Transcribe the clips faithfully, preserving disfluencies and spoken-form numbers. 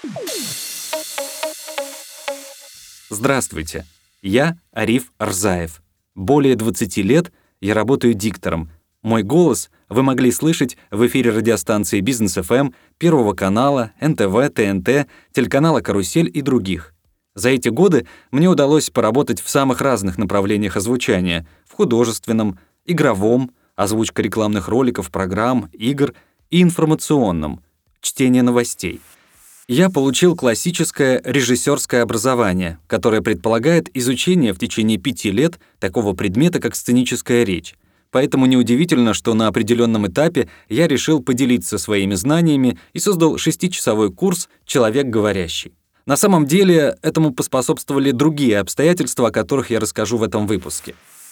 Здравствуйте, я Ариф Рзаев. Более двадцати лет я работаю диктором. Мой голос вы могли слышать в эфире радиостанции Бизнес эф эм, Первого канала, эн тэ вэ, тэ эн тэ, телеканала «Карусель» и других. За эти годы мне удалось поработать в самых разных направлениях озвучания — в художественном, игровом, озвучка рекламных роликов, программ, игр и информационном, чтение новостей. Я получил классическое режиссерское образование, которое предполагает изучение в течение пяти лет такого предмета, как сценическая речь. Поэтому неудивительно, что на определенном этапе я решил поделиться своими знаниями и создал шестичасовой курс «Человек говорящий». На самом деле, этому поспособствовали другие обстоятельства, о которых я расскажу в этом выпуске.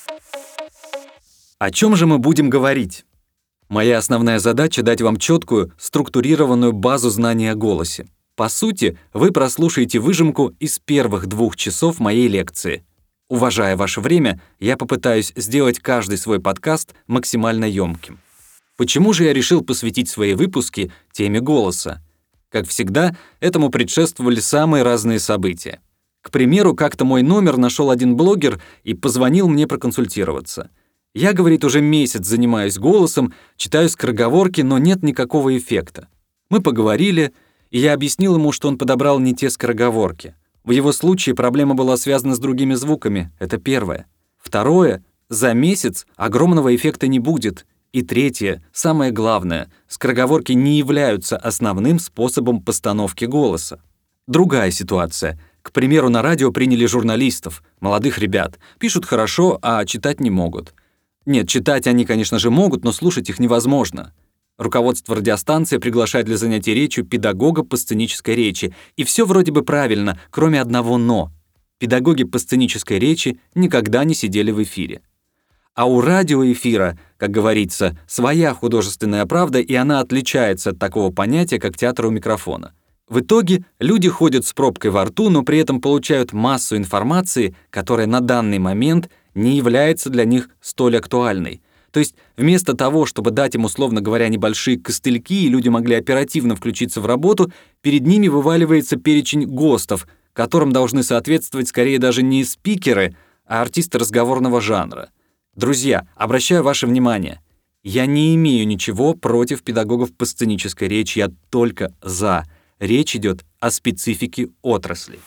О чем же мы будем говорить? Моя основная задача — дать вам четкую, структурированную базу знаний о голосе. По сути, вы прослушаете выжимку из первых двух часов моей лекции. Уважая ваше время, я попытаюсь сделать каждый свой подкаст максимально ёмким. Почему же я решил посвятить свои выпуски теме голоса? Как всегда, этому предшествовали самые разные события. К примеру, как-то мой номер нашел один блогер и позвонил мне проконсультироваться. Я, говорит, уже месяц занимаюсь голосом, читаю скороговорки, но нет никакого эффекта. Мы поговорили, и я объяснил ему, что он подобрал не те скороговорки. В его случае проблема была связана с другими звуками, это первое. Второе, за месяц огромного эффекта не будет. И третье, самое главное, скороговорки не являются основным способом постановки голоса. Другая ситуация. К примеру, на радио приняли журналистов, молодых ребят. Пишут хорошо, а читать не могут. Нет, читать они, конечно же, могут, но слушать их невозможно. Руководство радиостанции приглашает для занятий речью педагога по сценической речи. И все вроде бы правильно, кроме одного «но». Педагоги по сценической речи никогда не сидели в эфире. А у радиоэфира, как говорится, своя художественная правда, и она отличается от такого понятия, как театр у микрофона. В итоге люди ходят с пробкой во рту, но при этом получают массу информации, которая на данный момент не является для них столь актуальной. То есть вместо того, чтобы дать им, условно говоря, небольшие костыльки, и люди могли оперативно включиться в работу, перед ними вываливается перечень ГОСТов, которым должны соответствовать скорее даже не спикеры, а артисты разговорного жанра. Друзья, обращаю ваше внимание, я не имею ничего против педагогов по сценической речи, я только за. Речь идет о специфике отрасли.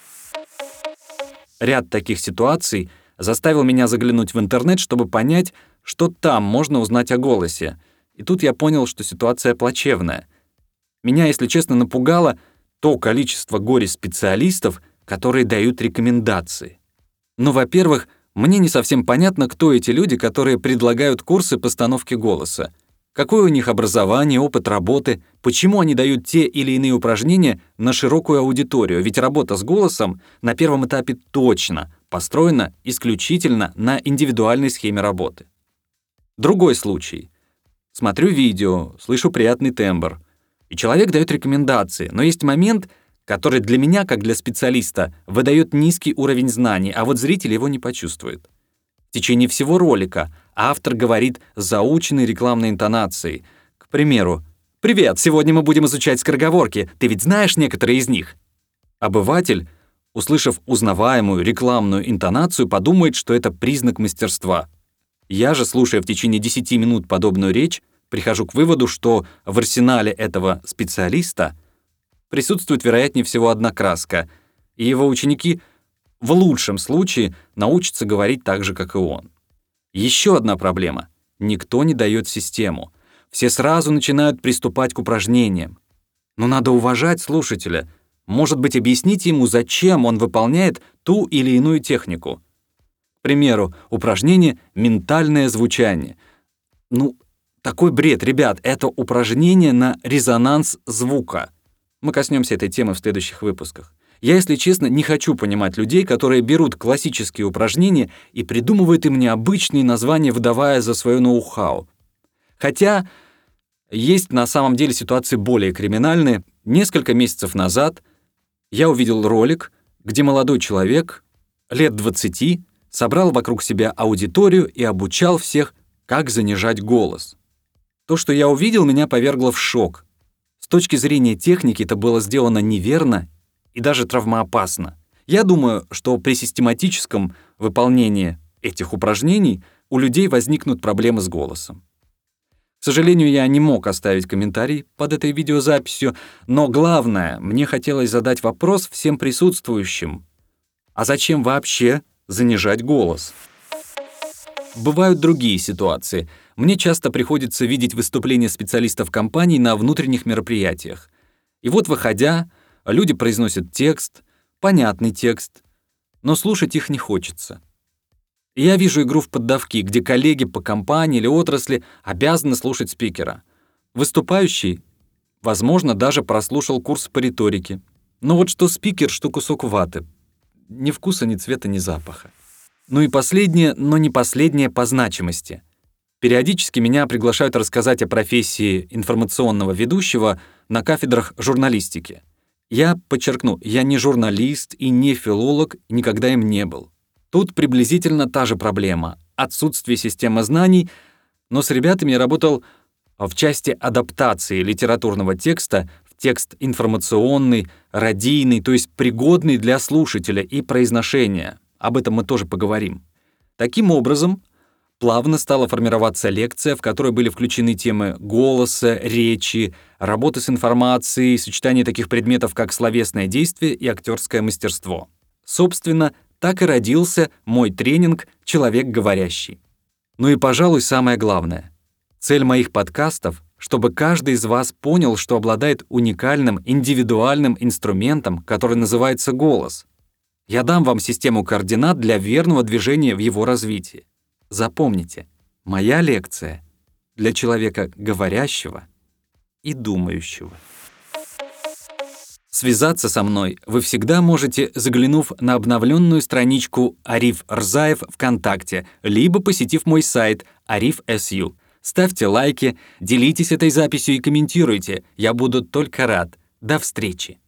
Ряд таких ситуаций заставил меня заглянуть в интернет, чтобы понять, что там можно узнать о голосе. И тут я понял, что ситуация плачевная. Меня, если честно, напугало то количество горе-специалистов, которые дают рекомендации. Ну, во-первых, мне не совсем понятно, кто эти люди, которые предлагают курсы постановки голоса. Какое у них образование, опыт работы, почему они дают те или иные упражнения на широкую аудиторию, ведь работа с голосом на первом этапе точно построена исключительно на индивидуальной схеме работы. Другой случай. Смотрю видео, слышу приятный тембр, и человек дает рекомендации, но есть момент, который для меня, как для специалиста, выдает низкий уровень знаний, а вот зритель его не почувствует. В течение всего ролика автор говорит заученной рекламной интонацией. К примеру, «Привет, сегодня мы будем изучать скороговорки, ты ведь знаешь некоторые из них?» Обыватель, услышав узнаваемую рекламную интонацию, подумает, что это признак мастерства. Я же, слушая в течение десяти минут подобную речь, прихожу к выводу, что в арсенале этого специалиста присутствует, вероятнее всего, одна краска, и его ученики в лучшем случае научатся говорить так же, как и он. Еще одна проблема. Никто не дает систему. Все сразу начинают приступать к упражнениям. Но надо уважать слушателя. Может быть, объясните ему, зачем он выполняет ту или иную технику. К примеру, упражнение «ментальное звучание». Ну, такой бред, ребят, это упражнение на резонанс звука. Мы коснемся этой темы в следующих выпусках. Я, если честно, не хочу понимать людей, которые берут классические упражнения и придумывают им необычные названия, выдавая за свое ноу-хау. Хотя есть на самом деле ситуации более криминальные. Несколько месяцев назад я увидел ролик, где молодой человек, лет двадцати, собрал вокруг себя аудиторию и обучал всех, как занижать голос. То, что я увидел, меня повергло в шок. С точки зрения техники это было сделано неверно и даже травмоопасно. Я думаю, что при систематическом выполнении этих упражнений у людей возникнут проблемы с голосом. К сожалению, я не мог оставить комментарий под этой видеозаписью, но главное, мне хотелось задать вопрос всем присутствующим. А зачем вообще занижать голос? Бывают другие ситуации. Мне часто приходится видеть выступления специалистов компаний на внутренних мероприятиях. И вот, выходя, люди произносят текст, понятный текст, но слушать их не хочется. И я вижу игру в поддавки, где коллеги по компании или отрасли обязаны слушать спикера. Выступающий, возможно, даже прослушал курс по риторике. Но вот что спикер, что кусок ваты. Ни вкуса, ни цвета, ни запаха. Ну и последнее, но не последнее по значимости. Периодически меня приглашают рассказать о профессии информационного ведущего на кафедрах журналистики. Я подчеркну, я не журналист и не филолог, и никогда им не был. Тут приблизительно та же проблема — отсутствие системы знаний, но с ребятами я работал в части адаптации литературного текста в текст информационный, радийный, то есть пригодный для слушателя и произношения. Об этом мы тоже поговорим. Таким образом, плавно стала формироваться лекция, в которой были включены темы голоса, речи, работы с информацией, сочетание таких предметов, как словесное действие и актерское мастерство. Собственно, так и родился мой тренинг «Человек говорящий». Ну и, пожалуй, самое главное. Цель моих подкастов — чтобы каждый из вас понял, что обладает уникальным, индивидуальным инструментом, который называется голос. Я дам вам систему координат для верного движения в его развитии. Запомните, моя лекция для человека говорящего и думающего. Связаться со мной вы всегда можете, заглянув на обновленную страничку Ариф Рзаев ВКонтакте, либо посетив мой сайт ариф точка эс ю. Ставьте лайки, делитесь этой записью и комментируйте. Я буду только рад. До встречи.